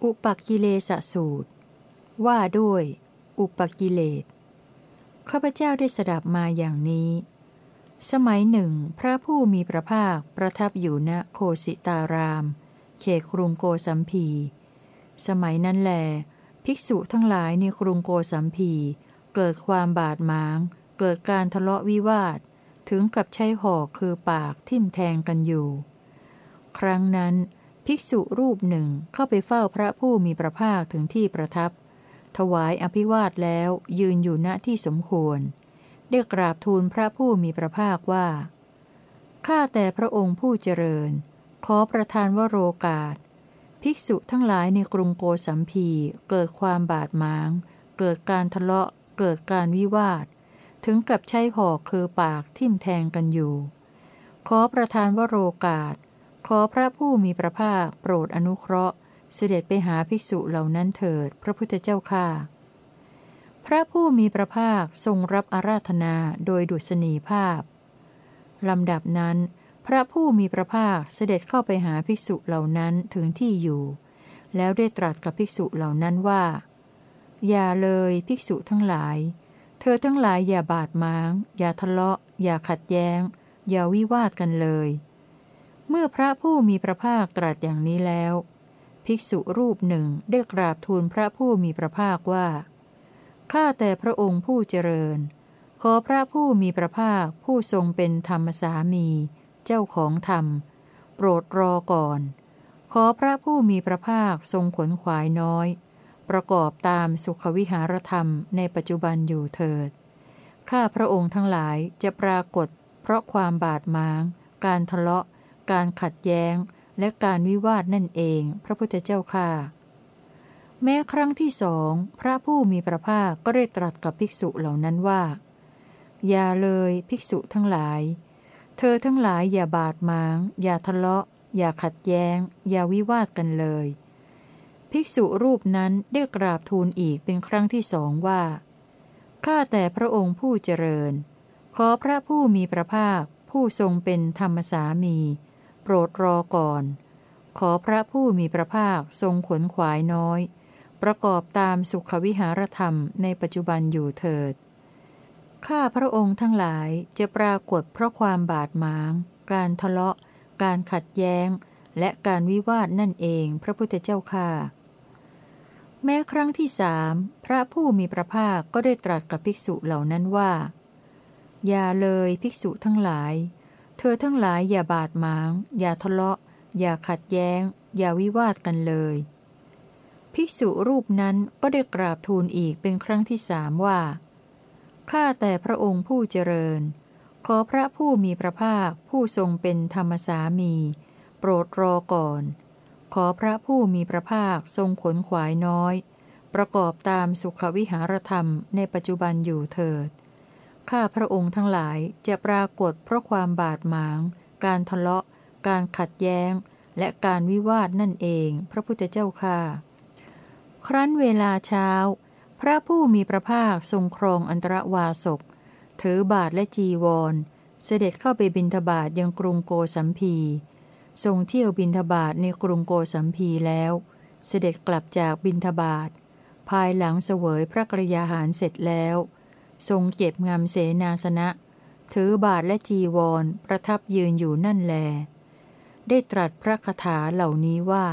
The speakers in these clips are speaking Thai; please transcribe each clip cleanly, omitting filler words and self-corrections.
อุปกิเลสสูตรว่าด้วยอุปกิเลสข้าพเจ้าได้สดับมาอย่างนี้สมัยหนึ่งพระผู้มีพระภาคประทับอยู่ณโคสิตารามเขตกรุงโกสัมพีสมัยนั้นแลภิกษุทั้งหลายในกรุงโกสัมพีเกิดความบาดหมางเกิดการทะเลาะวิวาทถึงกับใช้หอกคือปากทิ่มแทงกันอยู่ครั้งนั้นภิกษุรูปหนึ่งเข้าไปเฝ้าพระผู้มีพระภาคถึงที่ประทับถวายอภิวาทแล้วยืนอยู่ณที่สมควรได้กราบทูลพระผู้มีพระภาคว่าข้าแต่พระองค์ผู้เจริญขอประทานวโรกาสภิกษุทั้งหลายในกรุงโกสัมพีเกิดความบาดหมางเกิดการทะเลาะเกิดการวิวาทถึงกับใช้หอกคือปากทิ่มแทงกันอยู่ขอประทานวโรกาสขอพระผู้มีพระภาคโปรดอนุเคราะห์เสด็จไปหาภิกษุเหล่านั้นเถิดพระพุทธเจ้าข้าพระผู้มีพระภาคทรงรับอาราธนาโดยดุษณีภาพลำดับนั้นพระผู้มีพระภาคเสด็จเข้าไปหาภิกษุเหล่านั้นถึงที่อยู่แล้วได้ตรัสกับภิกษุเหล่านั้นว่าอย่าเลยภิกษุทั้งหลายเธอทั้งหลายอย่าบาดหมางอย่าทะเลาะอย่าขัดแย้งอย่าวิวาทกันเลยเมื่อพระผู้มีพระภาคตรัสอย่างนี้แล้วภิกษุรูปหนึ่งได้กราบทูลพระผู้มีพระภาคว่าข้าแต่พระองค์ผู้เจริญขอพระผู้มีพระภาคผู้ทรงเป็นธรรมสามีเจ้าของธรรมโปรดรอก่อนขอพระผู้มีพระภาคทรงขวนขวายน้อยประกอบตามสุขวิหารธรรมในปัจจุบันอยู่เถิดข้าพระองค์ทั้งหลายจะปรากฏเพราะความบาดหมางการทะเลาะการขัดแย้งและการวิวาทนั่นเองพระพุทธเจ้าข้าแม้ครั้งที่สองพระผู้มีพระภาคก็ได้ตรัสกับภิกษุเหล่านั้นว่าอย่าเลยภิกษุทั้งหลายเธอทั้งหลายอย่าบาดหมางอย่าทะเลาะอย่าขัดแย้งอย่าวิวาทกันเลยภิกษุรูปนั้นได้กราบทูลอีกเป็นครั้งที่สองว่าข้าแต่พระองค์ผู้เจริญขอพระผู้มีพระภาคผู้ทรงเป็นธรรมสามีโปรดรอก่อนขอพระผู้มีพระภาคทรงขวนขวายน้อยประกอบตามสุขวิหารธรรมในปัจจุบันอยู่เถิดข้าพระองค์ทั้งหลายจะปรากฏเพราะความบาดหมางการทะเลาะการขัดแย้งและการวิวาทนั่นเองพระพุทธเจ้าข้าแม้ครั้งที่สามพระผู้มีพระภาคก็ได้ตรัสกับภิกษุเหล่านั้นว่าอย่าเลยภิกษุทั้งหลายเธอทั้งหลายอย่าบาดหมางอย่าทะเลาะอย่าขัดแย้งอย่าวิวาทกันเลยภิกษุรูปนั้นก็ได้กราบทูลอีกเป็นครั้งที่สามว่าข้าแต่พระองค์ผู้เจริญขอพระผู้มีพระภาคผู้ทรงเป็นธรรมสามีโปรดรอก่อนขอพระผู้มีพระภาคทรงขวนขวายน้อยประกอบตามสุขวิหารธรรมในปัจจุบันอยู่เถิดข้าพระองค์ทั้งหลายจะปรากฏเพราะความบาดหมางการทะเลาะการขัดแย้งและการวิวาทนั่นเองพระพุทธเจ้าข้าครั้นเวลาเช้าพระผู้มีพระภาคทรงครองอันตรวาสกถือบาทและจีวรเสด็จเข้าไปบิณฑบาตยังกรุงโกสัมพีทรงเที่ยวบิณฑบาตในกรุงโกสัมพีแล้วเสด็จกลับจากบิณฑบาตภายหลังเสวยพระกรยาหารเสร็จแล้วทรงเก็บงำเสนาสนะถือบาทและจีวรประทับยืนอยู่นั่นแลได้ตรัสพระคาถาเหล่านี้ว่า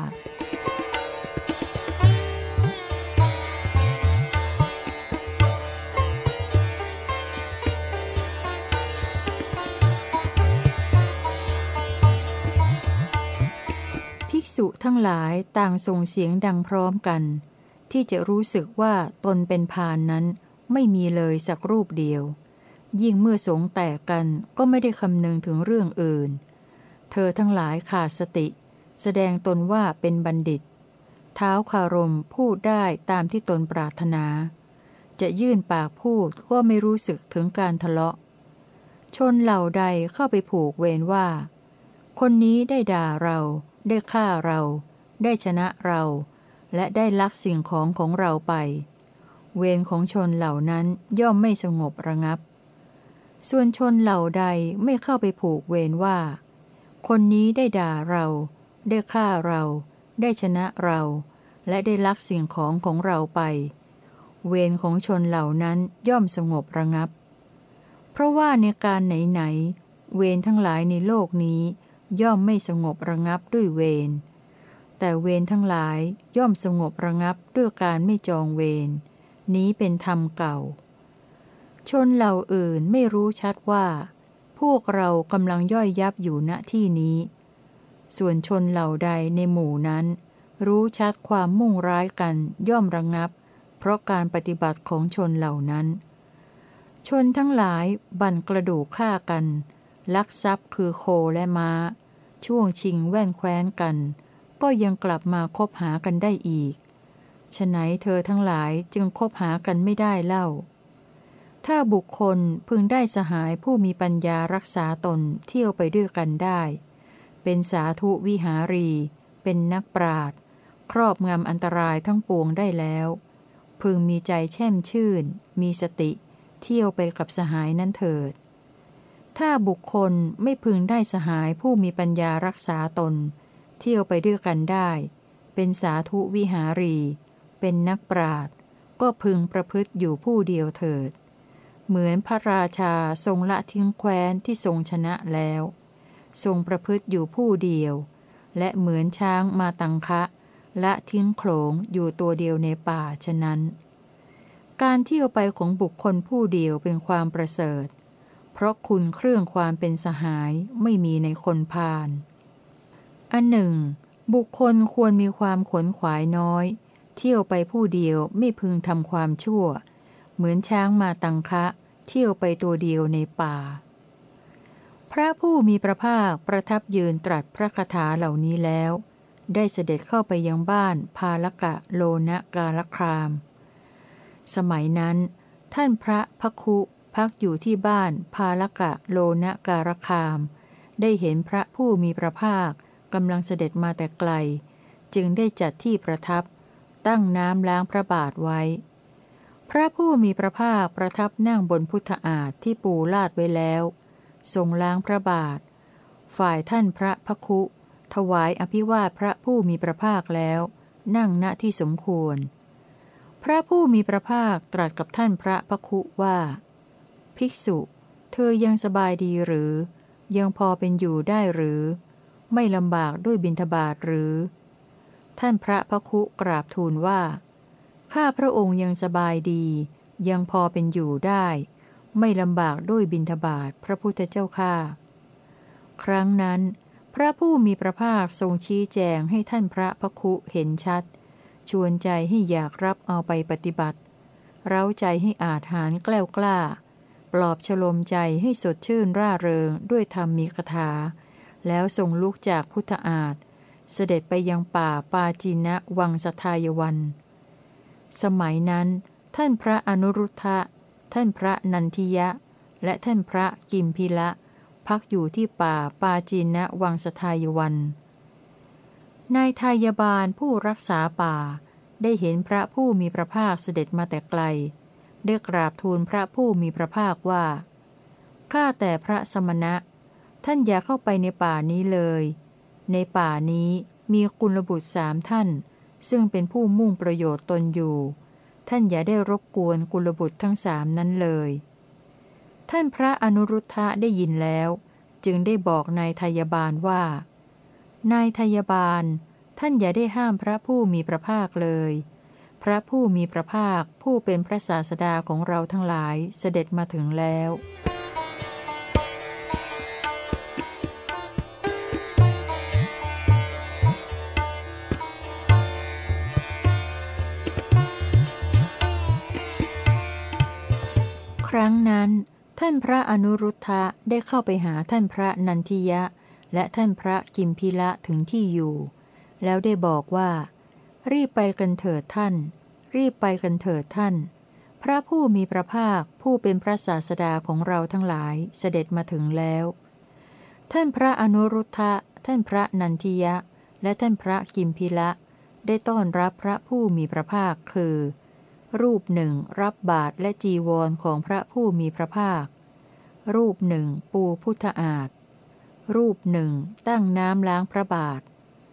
ภิกษุทั้งหลายต่างส่งเสียงดังพร้อมกันที่จะรู้สึกว่าตนเป็นพาลนั้นไม่มีเลยสักรูปเดียวยิ่งเมื่อสงฆ์แตกกันก็ไม่ได้คำนึงถึงเรื่องอื่นเธอทั้งหลายขาดสติแสดงตนว่าเป็นบัณฑิตท้าวคารมพูดได้ตามที่ตนปรารถนาจะยื่นปากพูดก็ไม่รู้สึกถึงการทะเลาะชนเหล่าใดเข้าไปผูกเวรว่าคนนี้ได้ด่าเราได้ฆ่าเราได้ชนะเราและได้ลักสิ่งของเราไปเวรของชนเหล่านั้นย่อมไม่สงบระงับส่วนชนเหล่าใดไม่เข้าไปผูกเวรว่าคนนี้ได้ด่าเราได้ฆ่าเราได้ชนะเราและได้ลักสิ่งของของเราไปเวรของชนเหล่านั้นย่อมสงบระงับเพราะว่าในการไหนๆเวรทั้งหลายในโลกนี้ย่อมไม่สงบระงับด้วยเวรแต่เวรทั้งหลายย่อมสงบระงับด้วยการไม่จองเวรนี้เป็นธรรมเก่าชนเหล่าอื่นไม่รู้ชัดว่าพวกเรากำลังย่อยยับอยู่ณที่นี้ส่วนชนเหล่าใดในหมู่นั้นรู้ชัดความมุ่งร้ายกันย่อมระงับเพราะการปฏิบัติของชนเหล่านั้นชนทั้งหลายบั่นกระดูกฆ่ากันลักทรัพย์คือโคและม้าช่วงชิงแว่นแคว้นกันก็ยังกลับมาคบหากันได้อีกฉะไหนเธอทั้งหลายจึงคบหากันไม่ได้เล่าถ้าบุคคลพึงได้สหายผู้มีปัญญารักษาตนเที่ยวไปด้วยกันได้เป็นสาธุวิหารีเป็นนักปราชญ์ครอบงำอันตรายทั้งปวงได้แล้วพึงมีใจแช่มชื่นมีสติเที่ยวไปกับสหายนั้นเถิดถ้าบุคคลไม่พึงได้สหายผู้มีปัญญารักษาตนเที่ยวไปด้วยกันได้เป็นสาธุวิหารีเป็นนักปราชญ์ก็พึงประพฤติอยู่ผู้เดียวเถิดเหมือนพระราชาทรงละทิ้งแคว้นที่ทรงชนะแล้วทรงประพฤติอยู่ผู้เดียวและเหมือนช้างมาตังคะละทิ้งโขลงอยู่ตัวเดียวในป่าฉะนั้นการเที่ยวไปของบุคคลผู้เดียวเป็นความประเสริฐเพราะคุณเครื่องความเป็นสหายไม่มีในคนพาลอันหนึ่งบุคคลควรมีความขนขวายน้อยเที่ยวไปผู้เดียวไม่พึงทำความชั่วเหมือนช้างมาตังคะเที่ยวไปตัวเดียวในป่าพระผู้มีพระภาคประทับยืนตรัสพระคาถาเหล่านี้แล้วได้เสด็จเข้าไปยังบ้านพาลกะโลนะกาลครามสมัยนั้นท่านพระภคุพักอยู่ที่บ้านพาลกะโลนะกาลครามได้เห็นพระผู้มีพระภาคกำลังเสด็จมาแต่ไกลจึงได้จัดที่ประทับตั้งน้ำล้างพระบาทไว้พระผู้มีพระภาคประทับนั่งบนพุทธาฏที่ปูลาดไว้แล้วทรงล้างพระบาทฝ่ายท่านพระภคุถวายอภิวาทพระผู้มีพระภาคแล้วนั่งณที่สมควรพระผู้มีพระภาคตรัสกับท่านพระภคุว่าภิกษุเธอยังสบายดีหรือยังพอเป็นอยู่ได้หรือไม่ลำบากด้วยบิณฑบาตหรือท่านพระภคุกราบทูลว่าข้าพระองค์ยังสบายดียังพอเป็นอยู่ได้ไม่ลำบากด้วยบิณฑบาตพระพุทธเจ้าข้าครั้งนั้นพระผู้มีพระภาคทรงชี้แจงให้ท่านพระภคุเห็นชัดชวนใจให้อยากรับเอาไปปฏิบัติเร้าใจให้อาจหาญแกล้วกล้าปลอบฉลมใจให้สดชื่นร่าเริงด้วยธรรมมีคาถาแล้วทรงลุกจากพุทธาฏเสด็จไปยังป่าปาจินะวังสทายวันสมัยนั้นท่านพระอนุรุทธะท่านพระนันทิยะและท่านพระกิมพิละพักอยู่ที่ป่าปาจินะวังสทายวันนายทายบาลผู้รักษาป่าได้เห็นพระผู้มีพระภาคเสด็จมาแต่ไกลได้กราบทูลพระผู้มีพระภาคว่าข้าแต่พระสมณะท่านอย่าเข้าไปในป่านี้เลยในป่านี้มีกุลบุตร3ท่านซึ่งเป็นผู้มุ่งประโยชน์ตนอยู่ท่านอย่าได้รบกวนกุลบุตรทั้ง3นั้นเลยท่านพระอนุรุทธะได้ยินแล้วจึงได้บอกนายทายบาลว่านายทายบาลท่านอย่าได้ห้ามพระผู้มีพระภาคเลยพระผู้มีพระภาคผู้เป็นพระศาสดาของเราทั้งหลายเสด็จมาถึงแล้วครั้งนั้นท่านพระอนุรุทธะได้เข้าไปหาท่านพระนันทิยะและท่านพระกิมพิละถึงที่อยู่แล้วได้บอกว่ารีบไปกันเถิดท่านรีบไปกันเถิดท่านพระผู้มีพระภาคผู้เป็นพระศาสดาของเราทั้งหลายเสด็จมาถึงแล้วท่านพระอนุรุทธะท่านพระนันทิยะและท่านพระกิมพิละได้ต้อนรับพระผู้มีพระภาคคือรูปหนึ่งรับบาตรและจีวรของพระผู้มีพระภาครูปหนึ่งปูพุทธาฏรูปหนึ่งตั้งน้ำล้างพระบาท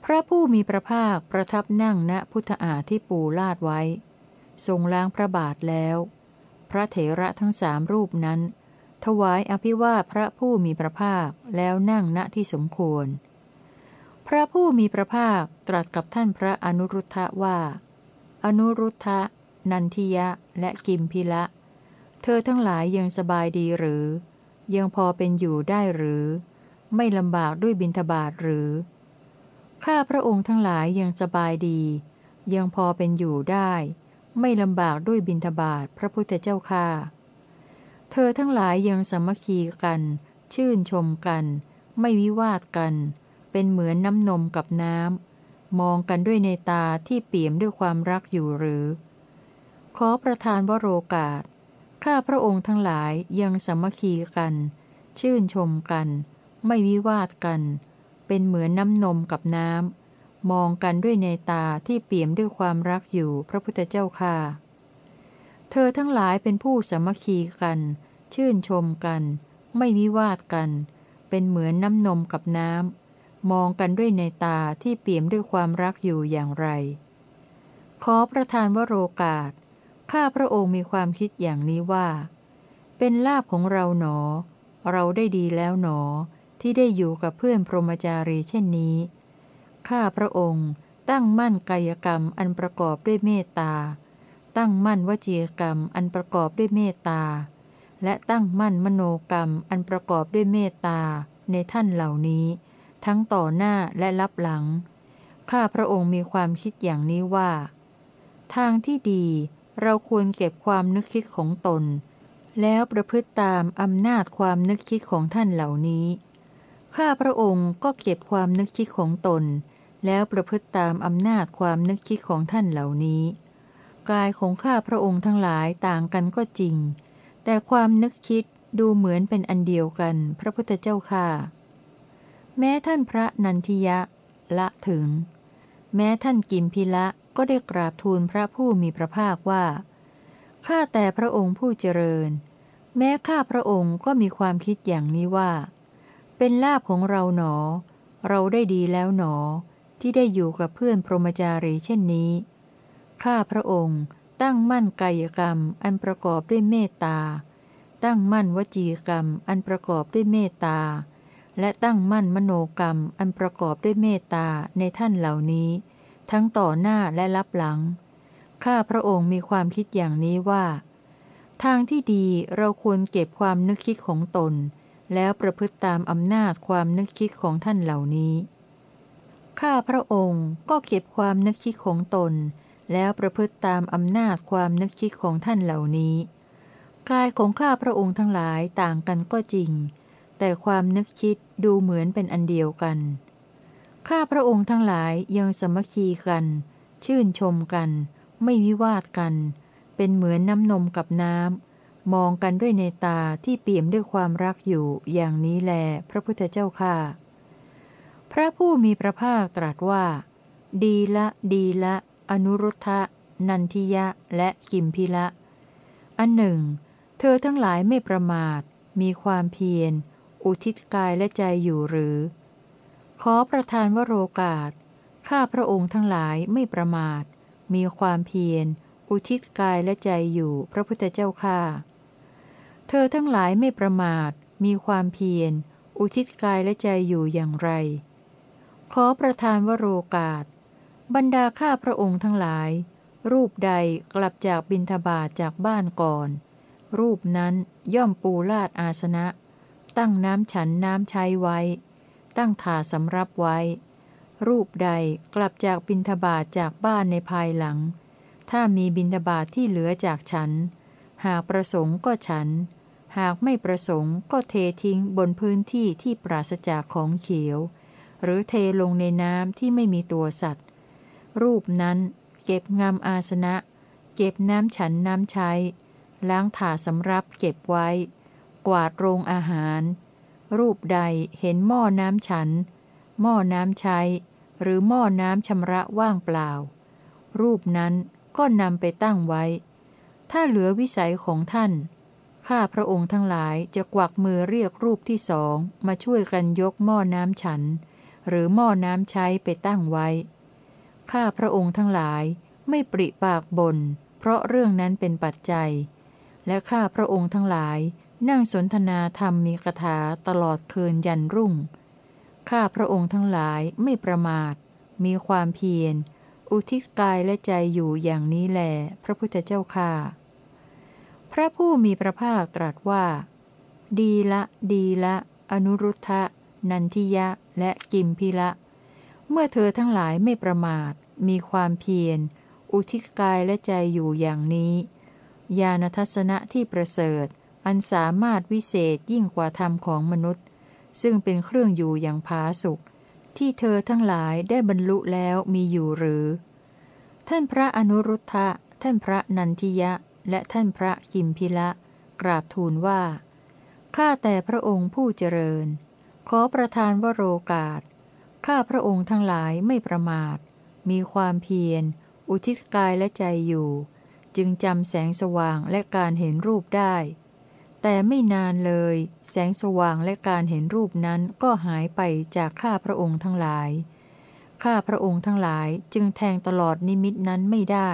พระผู้มีพระภาคประทับนั่งณพุทธาฏที่ปูลาดไว้ทรงล้างพระบาทแล้วพระเถระทั้ง3 รูปนั้นถวายอภิวาทพระผู้มีพระภาคแล้วนั่งณที่สมควรพระผู้มีพระภาคตรัสกับท่านพระอนุรุทธะว่าอนุรุทธะนันทิยะและกิมพิละเธอทั้งหลายยังสบายดีหรือยังพอเป็นอยู่ได้หรือไม่ลำบากด้วยบิณฑบาตหรือข้าพระองค์ทั้งหลายยังสบายดียังพอเป็นอยู่ได้ไม่ลำบากด้วยบิณฑบาตพระพุทธเจ้าข้าเธอทั้งหลายยังสามัคคีกันชื่นชมกันไม่วิวาทกันเป็นเหมือนน้ำนมกับน้ำมองกันด้วยในตาที่เปี่ยมด้วยความรักอยู่หรือขอประทานวโรกาสข้าพระองค์ทั้งหลายยังสามัคคีกันชื่นชมกันไม่วิวาทกันเป็นเหมือนน้ำนมกับน้ำมองกันด้วยในตาที่เปี่ยมด้วยความรักอยู่พระพุทธเจ้าข้าเธอทั้งหลายเป็นผู้สามัคคีกันชื่นชมกันไม่วิวาทกันเป็นเหมือนน้ำนมกับน้ำมองกันด้วยในตาที่เปี่ยมด้วยความรักอยู่อย่างไรขอประทานวโรกาสข้าพระองค์มีความคิดอย่างนี้ว่าเป็นลาภของเราหนอเราได้ดีแล้วหนอที่ได้อยู่กับเพื่อนพรหมจารีเช่นนี้ข้าพระองค์ตั้งมั่นกายกรรมอันประกอบด้วยเมตตาตั้งมั่นวจีกรรมอันประกอบด้วยเมตตาและตั้งมั่นมโนกรรมอันประกอบด้วยเมตตาในท่านเหล่านี้ทั้งต่อหน้าและลับหลังข้าพระองค์มีความคิดอย่างนี้ว่าทางที่ดีเราควรเก็บความนึกคิดของตนแล้วประพฤติตามอำนาจความนึกคิดของท่านเหล่านี้ข้าพระองค์ก็เก็บความนึกคิดของตนแล้วประพฤติตามอำนาจความนึกคิดของท่านเหล่านี้กายของข้าพระองค์ทั้งหลายต่างกันก็จริงแต่ความนึกคิดดูเหมือนเป็นอันเดียวกันพระพุทธเจ้าข้าแม้ท่านพระนันทิยะละถึงแม้ท่านกิมพิละก็ได้กราบทูลพระผู้มีพระภาคว่าข้าแต่พระองค์ผู้เจริญแม้ข้าพระองค์ก็มีความคิดอย่างนี้ว่าเป็นลาภของเราหนอเราได้ดีแล้วหนอที่ได้อยู่กับเพื่อนพรหมจารีเช่นนี้ข้าพระองค์ตั้งมั่นกายกรรมอันประกอบด้วยเมตตาตั้งมั่นวจีกรรมอันประกอบด้วยเมตตาและตั้งมั่นมโนกรรมอันประกอบด้วยเมตตาในท่านเหล่านี้ทั้งต่อหน้าและลับหลังข้าพระองค์มีความคิดอย่างนี้ว่าทางที่ดีเราควรเก็บความนึกคิดของตนแล้วประพฤติตามอำนาจความนึกคิดของท่านเหล่านี้ข้าพระองค์ก็เก็บความนึกคิดของตนแล้วประพฤติตามอำนาจความนึกคิดของท่านเหล่านี้กายของข้าพระองค์ทั้งหลายต่างกันก็จริงแต่ความนึกคิดดูเหมือนเป็นอันเดียวกันข้าพระองค์ทั้งหลายยังสามัคคีกันชื่นชมกันไม่วิวาทกันเป็นเหมือนน้ำนมกับน้ำมองกันด้วยในตาที่เปี่ยมด้วยความรักอยู่อย่างนี้แลพระพุทธเจ้าข้าพระผู้มีพระภาคตรัสว่าดีละดีละอนุรุทธะนันทิยะและกิมพิละอันหนึ่งเธอทั้งหลายไม่ประมาทมีความเพียรอุทิศกายและใจอยู่หรือขอประทานวโรกาสข้าพระองค์ทั้งหลายไม่ประมาทมีความเพียรอุทิศกายและใจอยู่พระพุทธเจ้าข้าเธอทั้งหลายไม่ประมาทมีความเพียรอุทิศกายและใจอยู่อย่างไรขอประทานวโรกาสบรรดาข้าพระองค์ทั้งหลายรูปใดกลับจากบิณฑบาตจากบ้านก่อนรูปนั้นย่อมปูลาดอาสนะตั้งน้ำฉันน้ำใช้ไว้ตั้งถาสำรับไว้รูปใดกลับจากบิณฑบาตจากบ้านในภายหลังถ้ามีบิณฑบาตที่เหลือจากฉันหากประสงค์ก็ฉันหากไม่ประสงค์ก็เททิ้งบนพื้นที่ที่ปราศจากของเขียวหรือเทลงในน้ำที่ไม่มีตัวสัตว์รูปนั้นเก็บงำอาสนะเก็บน้ำฉันน้ำใช้ล้างถาสำรับเก็บไว้กวาดโรงอาหารรูปใดเห็นหม้อน้ำฉันหม้อน้ำใช้หรือหม้อน้ำชำระว่างเปล่ารูปนั้นก็นำไปตั้งไว้ถ้าเหลือวิสัยของท่านข้าพระองค์ทั้งหลายจะกวักมือเรียกรูปที่2มาช่วยกันยกหม้อน้ำฉันหรือหม้อน้ำใช้ไปตั้งไว้ข้าพระองค์ทั้งหลายไม่ปริปากบ่นเพราะเรื่องนั้นเป็นปัจจัยและข้าพระองค์ทั้งหลายนั่งสนทนาธรรมมีคาถาตลอดคืนยันรุ่งข้าพระองค์ทั้งหลายไม่ประมาทมีความเพียรอุทิศกายและใจอยู่อย่างนี้แลพระพุทธเจ้าข้าพระผู้มีพระภาคตรัสว่าดีละดีละอนุรุทธะนันทิยะและกิมพิละเมื่อเธอทั้งหลายไม่ประมาทมีความเพียรอุทิศกายและใจอยู่อย่างนี้ญาณทัสสนะที่ประเสริฐอันสามารถวิเศษยิ่งกว่าธรรมของมนุษย์ซึ่งเป็นเครื่องอยู่อย่างผาสุกที่เธอทั้งหลายได้บรรลุแล้วมีอยู่หรือท่านพระอนุรุทธะท่านพระนันทิยะและท่านพระกิมพิละกราบทูลว่าข้าแต่พระองค์ผู้เจริญขอประทานวโรกาสข้าพระองค์ทั้งหลายไม่ประมาทมีความเพียรอุทิศกายและใจอยู่จึงจำแสงสว่างและการเห็นรูปได้แต่ไม่นานเลยแสงสว่างและการเห็นรูปนั้นก็หายไปจากข้าพระองค์ทั้งหลายข้าพระองค์ทั้งหลายจึงแทงตลอดนิมิตนั้นไม่ได้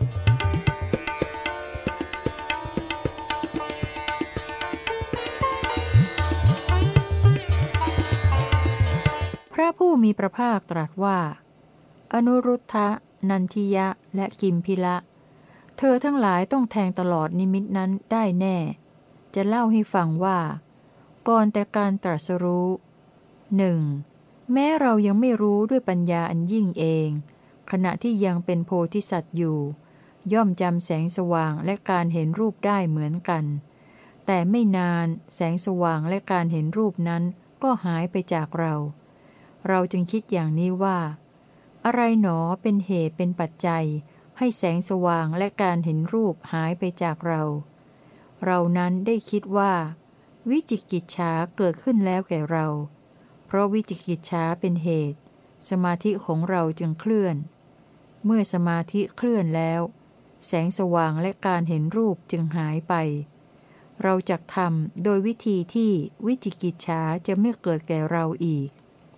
พระผู้มีพระภาคตรัสว่าอนุรุทธะนันทิยะและกิมพิละเธอทั้งหลายต้องแทงตลอดนิมิตนั้นได้แน่จะเล่าให้ฟังว่าก่อนแต่การตรัสรู้หนึ่งแม้เรายังไม่รู้ด้วยปัญญาอันยิ่งเองขณะที่ยังเป็นโพธิสัตว์อยู่ย่อมจำแสงสว่างและการเห็นรูปได้เหมือนกันแต่ไม่นานแสงสว่างและการเห็นรูปนั้นก็หายไปจากเราจึงคิดอย่างนี้ว่าอะไรหนอเป็นเหตุเป็นปัจจัยให้แสงสว่างและการเห็นรูปหายไปจากเรานั้นได้คิดว่าวิจิกิจฉาเกิดขึ้นแล้วแก่เราเพราะวิจิกิจฉาเป็นเหตุสมาธิของเราจึงเคลื่อนเมื่อสมาธิเคลื่อนแล้วแสงสว่างและการเห็นรูปจึงหายไปเราจักทำโดยวิธีที่วิจิกิจฉาจะไม่เกิดแก่เราอีก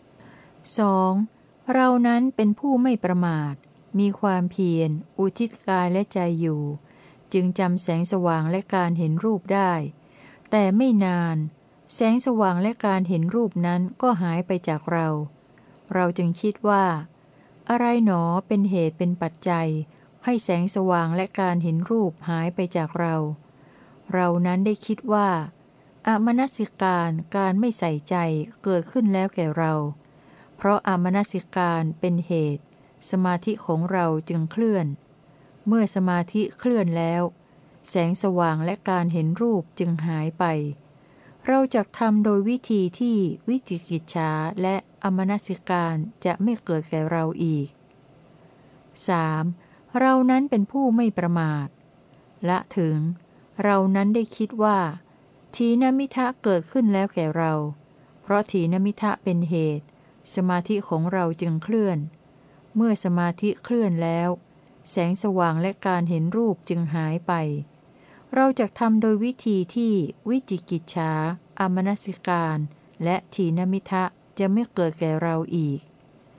2. เรานั้นเป็นผู้ไม่ประมาทมีความเพียรอุทิศกายและใจอยู่จึงจำแสงสว่างและการเห็นรูปได้แต่ไม่นานแสงสว่างและการเห็นรูปนั้นก็หายไปจากเราจึงคิดว่าอะไรหนอเป็นเหตุเป็นปัจจัยให้แสงสว่างและการเห็นรูปหายไปจากเรานั้นได้คิดว่าอมนสิการไม่ใส่ใจเกิดขึ้นแล้วแก่เราเพราะอมนสิการเป็นเหตุสมาธิของเราจึงเคลื่อนเมื่อสมาธิเคลื่อนแล้วแสงสว่างและการเห็นรูปจึงหายไปเราจักทำโดยวิธีที่วิจิกิจฉาและอมนสิการจะไม่เกิดแก่เราอีก 3. เรานั้นเป็นผู้ไม่ประมาทละถึงเรานั้นได้คิดว่าถีนมิทะเกิดขึ้นแล้วแก่เราเพราะถีนมิทะเป็นเหตุสมาธิของเราจึงเคลื่อนเมื่อสมาธิเคลื่อนแล้วแสงสว่างและการเห็นรูปจึงหายไปเราจะทำโดยวิธีที่วิจิกิจฉาอมนสิการและถีนมิทะจะไม่เกิดแก่เราอีก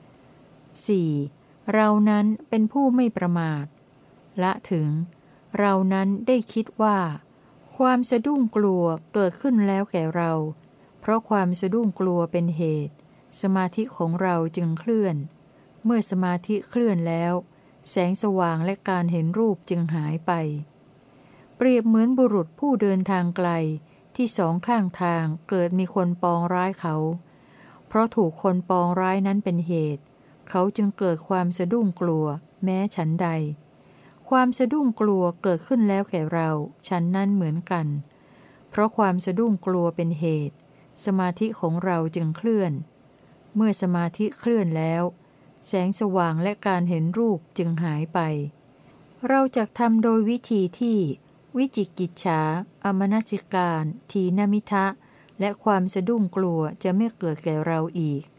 4. เรานั้นเป็นผู้ไม่ประมาทละถึงเรานั้นได้คิดว่าความสะดุ้งกลัวเกิดขึ้นแล้วแก่เราเพราะความสะดุ้งกลัวเป็นเหตุสมาธิของเราจึงเคลื่อนเมื่อสมาธิเคลื่อนแล้วแสงสว่างและการเห็นรูปจึงหายไปเปรียบเหมือนบุรุษผู้เดินทางไกลที่สองข้างทางเกิดมีคนปองร้ายเขาเพราะถูกคนปองร้ายนั้นเป็นเหตุเขาจึงเกิดความสะดุ้งกลัวแม้ฉันใดความสะดุ้งกลัวเกิดขึ้นแล้วแก่เราฉันนั้นเหมือนกันเพราะความสะดุ้งกลัวเป็นเหตุสมาธิของเราจึงเคลื่อนเมื่อสมาธิเคลื่อนแล้วแสงสว่างและการเห็นรูปจึงหายไปเราจักทำโดยวิธีที่วิจิกิจฉาอมนสิการถีนมิทะและความสะดุ้งกลัวจะไม่เกิดแก่เราอีก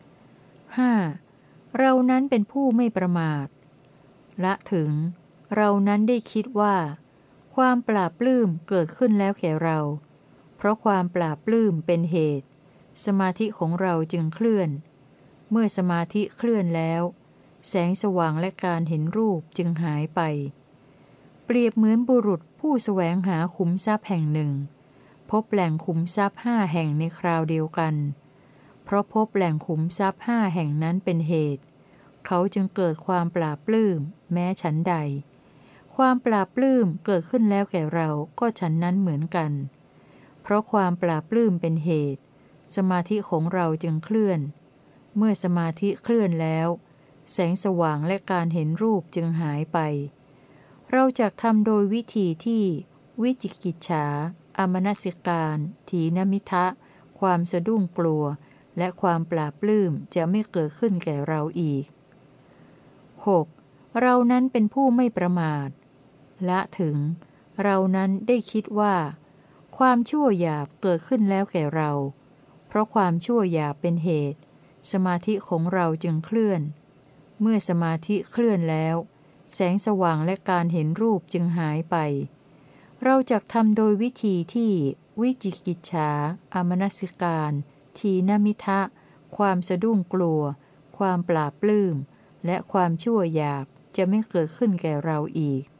5. เรานั้นเป็นผู้ไม่ประมาทละถึงเรานั้นได้คิดว่าความปราบปลื้มเกิดขึ้นแล้วแก่เราเพราะความปราบปลื้มเป็นเหตุสมาธิของเราจึงเคลื่อนเมื่อสมาธิเคลื่อนแล้วแสงสว่างและการเห็นรูปจึงหายไปเปรียบเหมือนบุรุษผู้แสวงหาขุมทรัพย์แห่งหนึ่งพบแหล่งขุมทรัพย์5 แห่งในคราวเดียวกันเพราะพบแหล่งขุมทรัพย์5 แห่งนั้นเป็นเหตุเขาจึงเกิดความปลาบปลื้มแม้ฉันใดความปลาบปลื้มเกิดขึ้นแล้วแก่เราก็ฉันนั้นเหมือนกันเพราะความปลาบปลื้มเป็นเหตุสมาธิของเราจึงเคลื่อนเมื่อสมาธิเคลื่อนแล้วแสงสว่างและการเห็นรูปจึงหายไปเราจักทำโดยวิธีที่วิจิกิจฉาอมนสิการถีนมิทะความสะดุ้งกลัวและความปลาบปลื้มจะไม่เกิดขึ้นแก่เราอีก 6. เรานั้นเป็นผู้ไม่ประมาทละถึงเรานั้นได้คิดว่าความชั่วหยาบเกิดขึ้นแล้วแก่เราเพราะความชั่วหยาบเป็นเหตุสมาธิของเราจึงเคลื่อนเมื่อสมาธิเคลื่อนแล้วแสงสว่างและการเห็นรูปจึงหายไปเราจักทำโดยวิธีที่วิจิกิจฉาอมนสิการทีนมิทะความสะดุ้งกลัวความปลาบปลื้มและความชั่วหยาบจะไม่เกิดขึ้นแก่เราอีก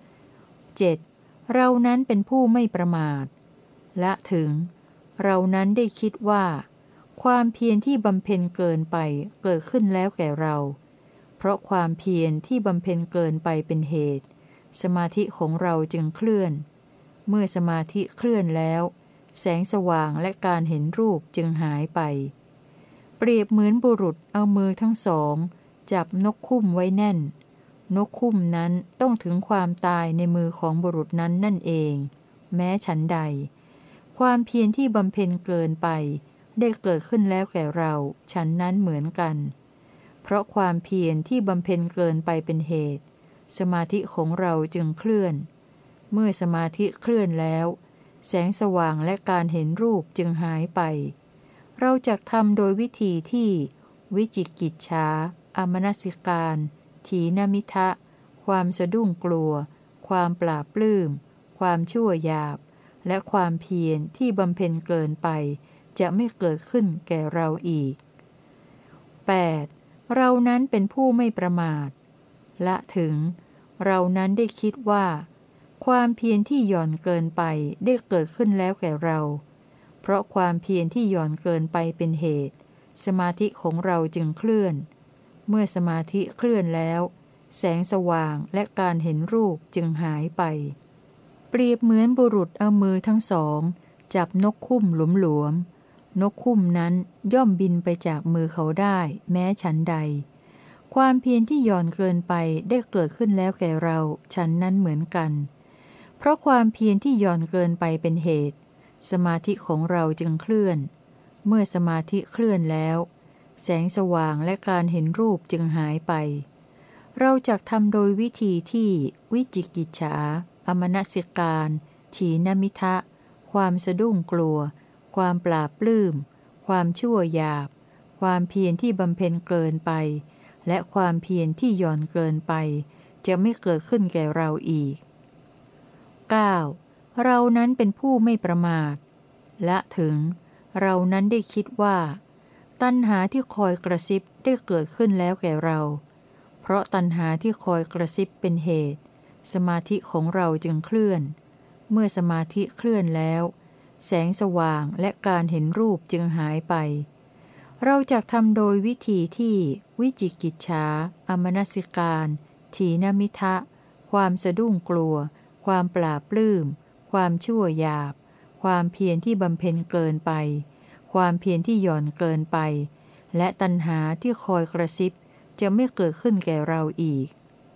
7. เรานั้นเป็นผู้ไม่ประมาทละถึงเรานั้นได้คิดว่าความเพียรที่บำเพ็ญเกินไปเกิดขึ้นแล้วแก่เราเพราะความเพียรที่บำเพ็ญเกินไปเป็นเหตุสมาธิของเราจึงเคลื่อนเมื่อสมาธิเคลื่อนแล้วแสงสว่างและการเห็นรูปจึงหายไปเปรียบเหมือนบุรุษเอามือทั้งสองจับนกคุ้มไว้แน่นนกคุ้มนั้นต้องถึงความตายในมือของบุรุษนั้นนั่นเองแม้ฉันใดความเพียรที่บำเพ็ญเกินไปได้เกิดขึ้นแล้วแก่เราฉันนั้นเหมือนกันเพราะความเพียรที่บำเพ็ญเกินไปเป็นเหตุสมาธิของเราจึงเคลื่อนเมื่อสมาธิเคลื่อนแล้วแสงสว่างและการเห็นรูปจึงหายไปเราจักทำโดยวิธีที่วิจิกิจฉาอมนสิการถีนมิทะความสะดุ้งกลัวความปลาบปลื้มความชั่วหยาบและความเพียรที่บำเพ็ญเกินไปจะไม่เกิดขึ้นแก่เราอีก 8. เรานั้นเป็นผู้ไม่ประมาทละถึงเรานั้นได้คิดว่าความเพียรที่หย่อนเกินไปได้เกิดขึ้นแล้วแก่เราเพราะความเพียรที่หย่อนเกินไปเป็นเหตุสมาธิของเราจึงเคลื่อนเมื่อสมาธิเคลื่อนแล้วแสงสว่างและการเห็นรูปจึงหายไปเปรียบเหมือนบุรุษเอามือทั้งสองจับนกคุ้มหลวมๆนกคุ้มนั้นย่อมบินไปจากมือเขาได้แม้ฉันใดความเพียรที่หย่อนเกินไปได้เกิดขึ้นแล้วแก่เราฉันนั้นเหมือนกันเพราะความเพียรที่หย่อนเกินไปเป็นเหตุสมาธิของเราจึงเคลื่อนเมื่อสมาธิเคลื่อนแล้วแสงสว่างและการเห็นรูปจึงหายไปเราจักทำโดยวิธีที่วิจิกิจฉาอมนสิการถีนมิทะความสะดุ้งกลัวความปลาบปลื้มความชั่วหยาบความเพียรที่บำเพ็ญเกินไปและความเพียรที่หย่อนเกินไปจะไม่เกิดขึ้นแก่เราอีก 9. เรานั้นเป็นผู้ไม่ประมาทละถึงเรานั้นได้คิดว่าตัณหาที่คอยกระซิบได้เกิดขึ้นแล้วแก่เราเพราะตัณหาที่คอยกระซิบเป็นเหตุสมาธิของเราจึงเคลื่อนเมื่อสมาธิเคลื่อนแล้วแสงสว่างและการเห็นรูปจึงหายไปเราจักทำโดยวิธีที่วิจิกิจฉาอมนสิการถีนมิทะความสะดุ้งกลัวความปลาบปลื้มความชั่วหยาบความเพียรที่บำเพ็ญเกินไปความเพียรที่หย่อนเกินไปและตัณหาที่คอยกระซิบจะไม่เกิดขึ้นแก่เราอีก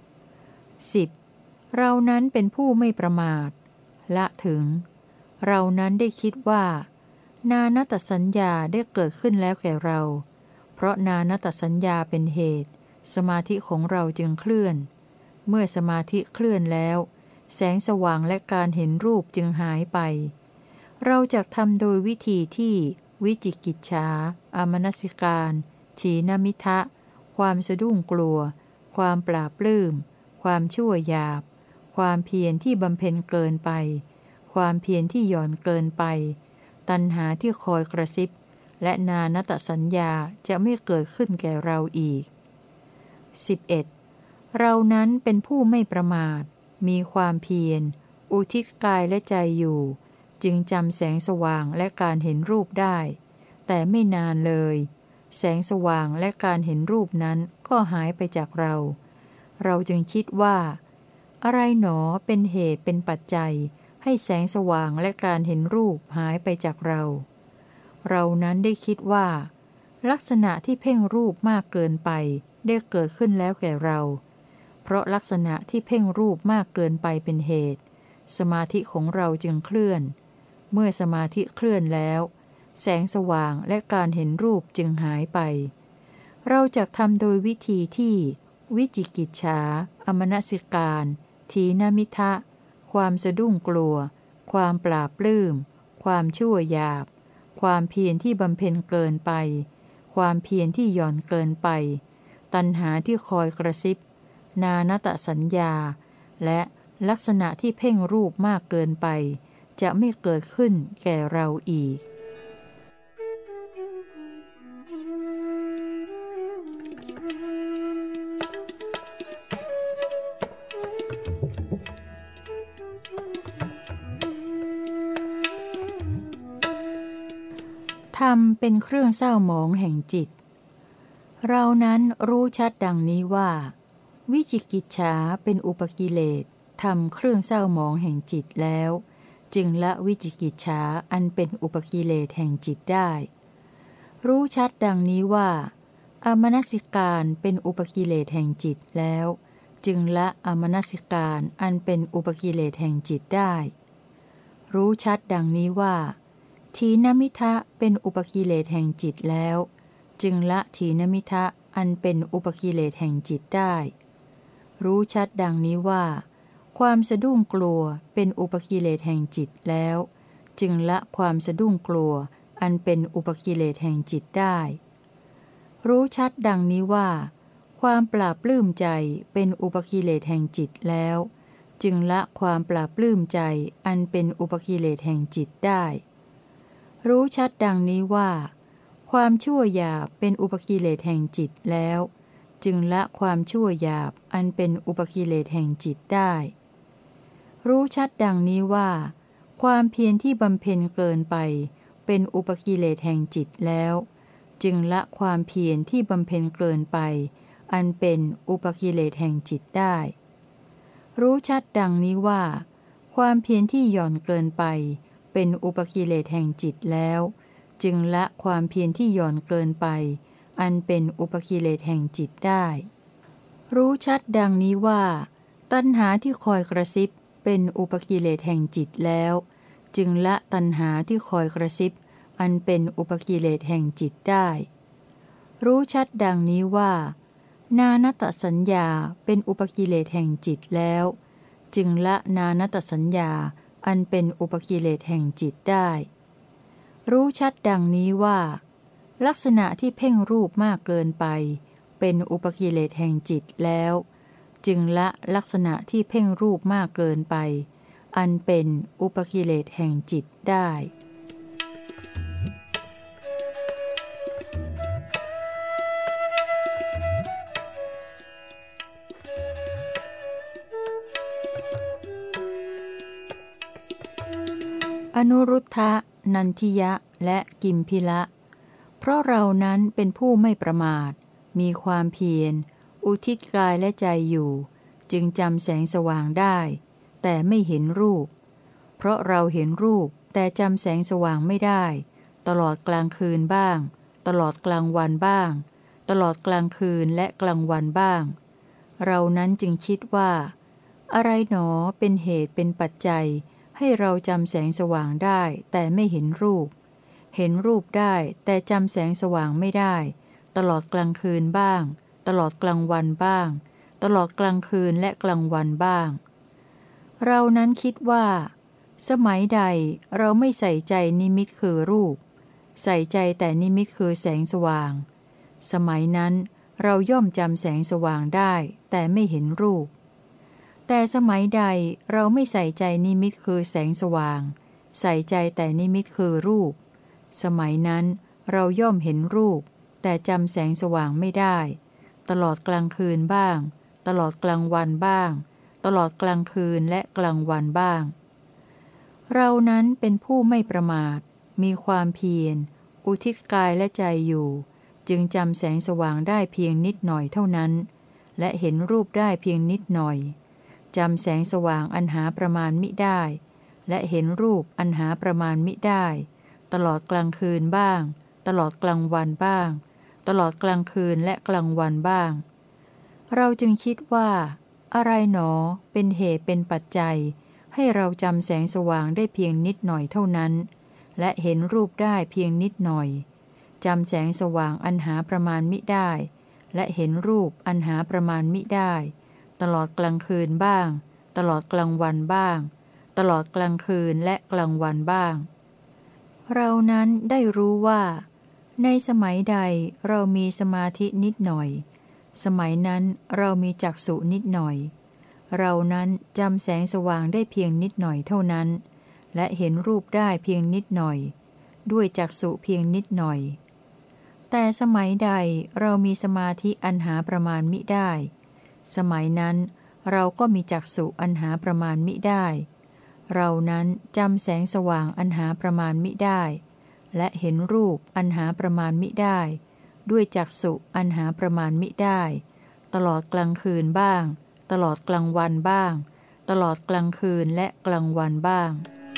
10. เรานั้นเป็นผู้ไม่ประมาทละถึงเรานั้นได้คิดว่านานัตสัญญาได้เกิดขึ้นแล้วแก่เราเพราะนานัตสัญญาเป็นเหตุสมาธิของเราจึงเคลื่อนเมื่อสมาธิเคลื่อนแล้วแสงสว่างและการเห็นรูปจึงหายไปเราจักทำโดยวิธีที่วิจิกิจฉาอมนสิการถีนมิทะความสะดุ้งกลัวความปลาบปลื้มความชั่วหยาบความเพียรที่บำเพ็ญเกินไปความเพียรที่หย่อนเกินไปตัณหาที่คอยกระซิบและนานตสัญญาจะไม่เกิดขึ้นแก่เราอีก 11. เรานั้นเป็นผู้ไม่ประมาทมีความเพียรอุทิศกายและใจอยู่จึงจำแสงสว่างและการเห็นรูปได้แต่ไม่นานเลยแสงสว่างและการเห็นรูปนั้นก็หายไปจากเราเราจึงคิดว่าอะไรหนอเป็นเหตุเป็นปัจจัยให้แสงสว่างและการเห็นรูปหายไปจากเราเรานั้นได้คิดว่าลักษณะที่เพ่งรูปมากเกินไปได้เกิดขึ้นแล้วแก่เราเพราะลักษณะที่เพ่งรูปมากเกินไปเป็นเหตุสมาธิของเราจึงเคลื่อนเมื่อสมาธิเคลื่อนแล้วแสงสว่างและการเห็นรูปจึงหายไปเราจะทำโดยวิธีที่วิจิกิจฉาอมนสิการทีนมิทะความสะดุ้งกลัวความปราบปลื้มความชั่วหยาบความเพียรที่บำเพ็ญเกินไปความเพียรที่หย่อนเกินไปตัณหาที่คอยกระซิบนานตสัญญาและลักษณะที่เพ่งรูปมากเกินไปจะไม่เกิดขึ้นแก่เราอีกธรรมเป็นเครื่องเศร้าหมองแห่งจิตเรานั้นรู้ชัดดังนี้ว่าวิจิกิจฉาเป็นอุปกิเลสทำเครื่องเศร้าหมองแห่งจิตแล้วจึงละวิจิกิจฉาอันเป็นอุปกิเลสแห่งจิตได้รู้ชัดดังนี้ว่าอมนสิการเป็นอุปกิเลสแห่งจิตแล้วจึงละอมนสิการอันเป็นอุปกิเลสแห่งจิตได้รู้ชัดดังนี้ว่าทีนมิทะเป็นอุปกิเลสแห่งจิตแล้วจึงละทีนมิทะอันเป็นอุปกิเลสแห่งจิตได้รู้ชัดดังนี้ว่าความสะดุ้งกลัวเป็นอุปกิเลสแห่งจิตแล้วจึงละความสะดุ้งกลัวอันเป็นอุปกิเลสแห่งจิตได้รู้ชัดดังนี้ว่าความปราบปลื้มใจเป็นอุปกิเลสแห่งจิตแล้วจึงละความปราบปลื้มใจอันเป็นอุปกิเลสแห่งจิตได้รู้ชัดดังนี้ว่าความชั่วหยาบเป็นอุปกิเลสแห่งจิตแล้วจึงละความชั่วหยาบอันเป็นอุปกิเลสแห่งจิตได้รู้ชัดดังนี้ว่าความเพียรที่บำเพ็ญเกินไปเป็นอุปกิเลสแห่งจิตแล้วจึงละความเพียรที่บำเพ็ญเกินไปอันเป็นอุปกิเลสแห่งจิตได้รู้ชัดดังนี้ว่าความเพียรที่หย่อนเกินไปเป็นอุปกิเลสแห่งจิตแล้วจึงละความเพียรที่หย่อนเกินไปอันเป็นอุปกิเลสแห่งจิตได้รู้ชัดดังนี้ว่าตัณหาที่คอยกระซิบเป็นอุปกิเลสแห่งจิตแล้วจึงละตัณหาที่คอยกระซิบอันเป็นอุปกิเลสแห่งจิตได้รู้ชัดดังนี้ว่านานตสัญญาเป็นอุปกิเลสแห่งจิตแล้วจึงละนานตสัญญาอันเป็นอุปกิเลสแห่งจิตได้รู้ชัดดังนี้ว่าลักษณะที่เพ่งรูปมากเกินไปเป็นอุปกิเลสแห่งจิตแล้วจึงละลักษณะที่เพ่งรูปมากเกินไปอันเป็นอุปกิเลสแห่งจิตได้อนุรุทธะนันทิยะและกิมพิละเพราะเรานั้นเป็นผู้ไม่ประมาทมีความเพียรอุทิศกายและใจอยู่จึงจำแสงสว่างได้แต่ไม่เห็นรูปเพราะเราเห็นรูปแต่จำแสงสว่างไม่ได้ตลอดกลางคืนบ้างตลอดกลางวันบ้างตลอดกลางคืนและกลางวันบ้างเรานั้นจึงคิดว่าอะไรหนอเป็นเหตุเป็นปัจจัยให้เราจำแสงสว่างได้แต่ไม่เห็นรูปเห็นรูปได้แต่จำแสงสว่างไม่ได้ตลอดกลางคืนบ้างตลอดกลางวันบ้างตลอดกลางคืนและกลางวันบ้างเรานั้นคิดว่าสมัยใดเราไม่ใส่ใจนิมิตคือรูปใส่ใจแต่นิมิตคือแสงสว่างสมัยนั้นเราย่อมจำแสงสว่างได้แต่ไม่เห็นรูปแต่สมัยใดเราไม่ใส่ใจนิมิตคือแสงสว่างใส่ใจแต่นิมิตคือรูปสมัยนั้นเราย่อมเห็นรูปแต่จำแสงสว่างไม่ได้ตลอดกลางคืนบ้างตลอดกลางวันบ้างตลอดกลางคืนและกลางวันบ้างเรานั้นเป็นผู้ไม่ประมาทมีความเพียรอุทิศกายและใจอยู่จึงจำแสงสว่างได้เพียงนิดหน่อยเท่านั้นและเห็นรูปได้เพียงนิดหน่อยจำแสงสว่างอันหาประมาณมิได้และเห็นรูปอันหาประมาณมิได้ตลอดกลางคืนบ้างตลอดกลางวันบ้างตลอดกลางคืนและกลางวันบ้างเราจึงคิดว่าอะไรหนอเป็นเหตุเป็นปัจจัยให้เราจำแสงสว่างได้เพียงนิดหน่อยเท่านั้นและเห็นรูปได้เพียงนิดหน่อยจำแสงสว่างอันหาประมาณมิได้และเห็นรูปอันหาประมาณมิได้ตลอดกลางคืนบ้างตลอดกลางวันบ้างตลอดกลางคืนและกลางวันบ้างเรานั้นได้รู้ว่าในสมัยใดเรามีสมาธินิดหน่อยสมัยนั้นเรามีจักษุนิดหน่อยเรานั้นจำแสงสว่างได้เพียงนิดหน่อยเท่านั้นและเห็นรูปได้เพียงนิดหน่อยด้วยจักษุเพียงนิดหน่อยแต่สมัยใดเรามีสมาธิอันหาประมาณมิได้สมัยนั้นเราก็มีจักษุอันหาประมาณมิได้เรานั้นจำแสงสว่างอันหาประมาณมิได้และเห็นรูปอันหาประมาณมิได้ด้วยจักษุอันหาประมาณมิได้ตลอดกลางคืนบ้างตลอดกลางวันบ้างตลอดกลางคืนและกลางวันบ้าง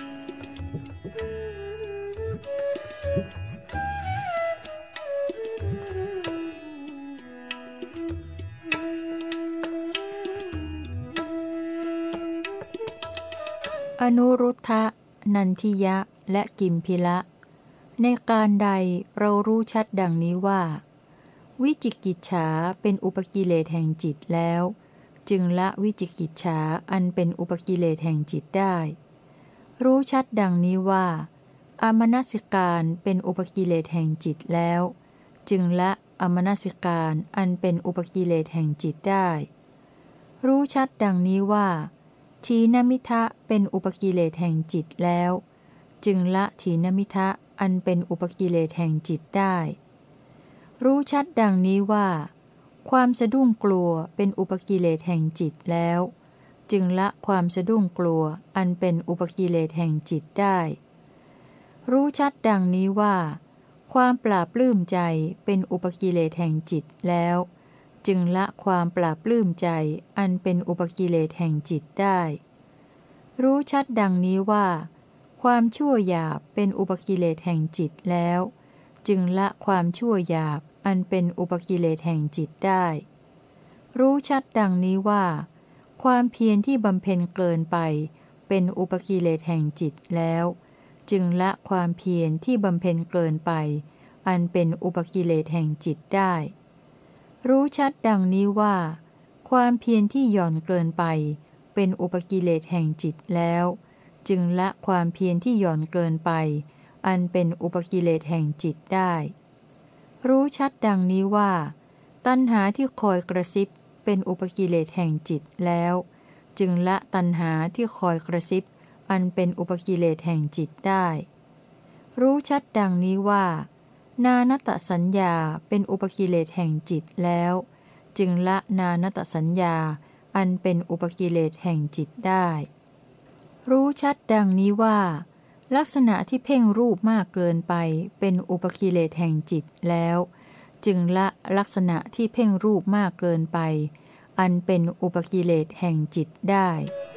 อนุรุทธะนันทิยะและกิมพิละในการใดเรารู้ชัดดังนี้ว่าวิจิกิจฉาเป็นอุปกิเลสแห่งจิตแล้วจึงละวิจิกิจฉาอันเป็นอุปกิเลสแห่งจิตได้รู้ชัดดังนี้ว่าอมนสิการเป็นอุปกิเลสแห่งจิตแล้วจึงละอมนสิการอันเป็นอุปกิเลสแห่งจิตได้รู้ชัดดังนี้ว่าทีนมิทะเป็นอุปกิเลสแห่งจิตแล้วจึงละทีนมิทะอันเป็นอุปกิเลสแห่งจิตได้รู้ชัดดังนี้ว่าความสะดุ้งกลัวเป็นอุปกิเลสแห่งจิตแล้วจึงละความสะดุ้งกลัวอันเป็นอุปกิเลสแห่งจิตได้รู้ชัดดังนี้ว่าความปราบปลื้มใจเป็นอุปกิเลสแห่งจิตแล้วจึงละความปราบปลื้มใจอันเป็นอุปกิเลสแห่งจิตได้รู้ชัดดังนี้ว่าความชั่วหยาบเป็นอุปกิเลสแห่งจิตแล้วจึงละความชั่วหยาบอันเป็นอุปกิเลสแห่งจิตได้รู้ชัดดังนี้ว่าความเพียรที่บำเพ็ญเกินไปเป็นอุปกิเลสแห่งจิตแล้วจึงละความเพียรที่บำเพ็ญเกินไปอันเป็นอุปกิเลสแห่งจิตได้รู้ชัดดังนี้ว่าความเพียรที่หย่อนเกินไปเป็นอุปกิเลสแห่งจิตแล้วจึงละความเพียรที่หย่อนเกินไปอันเป็นอุปกิเลสแห่งจิตได้รู้ชัดดังนี้ว่าตัณหาที่คอยกระซิบเป็นอุปกิเลสแห่งจิตแล้วจึงละตัณหาที่คอยกระซิบอันเป็นอุปกิเลสแห่งจิตได้รู้ชัดดังนี้ว่านานตสัญญาเป็นอุปกิเลสแห่งจิตแล้วจึงละนานตสัญญาอันเป็นอุปกิเลสแห่งจิตได้รู้ชัดดังนี้ว่าลักษณะที่เพ่งรูปมากเกินไปเป็นอุปกิเลสแห่งจิตแล้วจึงละลักษณะที่เพ่งรูปมากเกินไปอันเป็นอุปกิเลสแห่งจิตได้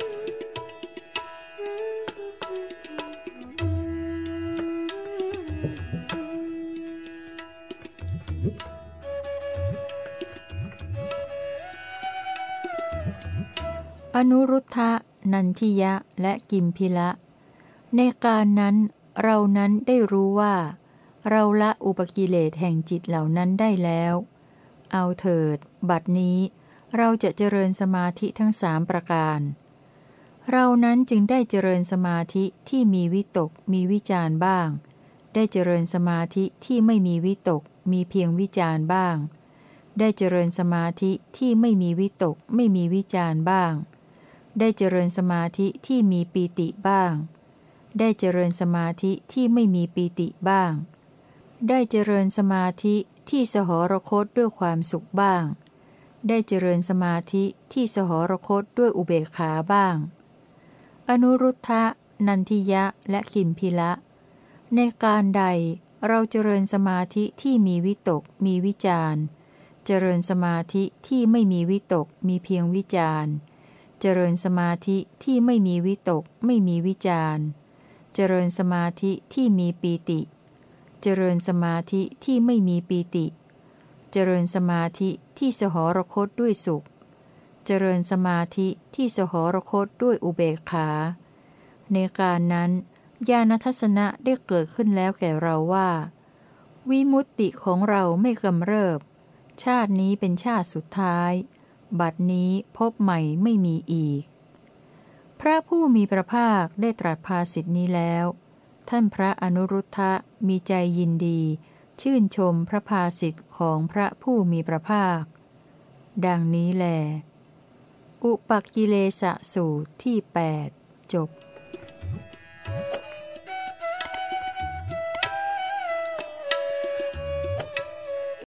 อนุรุทธะนันทิยะและกิมพิละในการนั้นเรานั้นได้รู้ว่าเราละอุปกิเลสแห่งจิตเหล่านั้นได้แล้วเอาเถิดบัดนี้เราจะเจริญสมาธิทั้งสามประการเรานั้นจึงได้เจริญสมาธิที่มีวิตกมีวิจารบ้างได้เจริญสมาธิที่ไม่มีวิตกมีเพียงวิจารบ้างได้เจริญสมาธิที่ไม่มีวิตกไม่มีวิจารบ้างได้เจริญสมาธิที่มีปีติบ้างได้เจริญสมาธิที่ไม่มีปีติบ้างได้เจริญสมาธิที่สหรคตด้วยความสุขบ้าง ได้เจริญสมาธิที่สหรคตด้วยอุเบกขาบ้าง อนุรุทธะ นันทิยะ และคิมพิละ ในการใดเราเจริญสมาธิที่มีวิตกมีวิจารณ์ เจริญสมาธิที่ไม่มีวิตกมีเพียงวิจารณ์ เจริญสมาธิที่ไม่มีวิตกไม่มีวิจารณ์ เจริญสมาธิที่มีปีติ เจริญสมาธิที่ไม่มีปีติ เจริญสมาธิที่สหรคตด้วยสุข เจริญสมาธิที่สหรคตด้วยอุเบกขา ในการนั้นญาณทัสสนะได้เกิดขึ้นแล้วแก่เราว่า วิมุตติของเราไม่กำเริบ ชาตินี้เป็นชาติสุดท้าย บัดนี้พบใหม่ไม่มีอีก พระผู้มีพระภาคได้ตรัสภาษิตนี้แล้ว ท่านพระอนุรุทธะมีใจยินดีชื่นชมพระภาษิตของพระผู้มีพระภาค ดังนี้แล อุปกิเลสสูตรที่ 8 จบ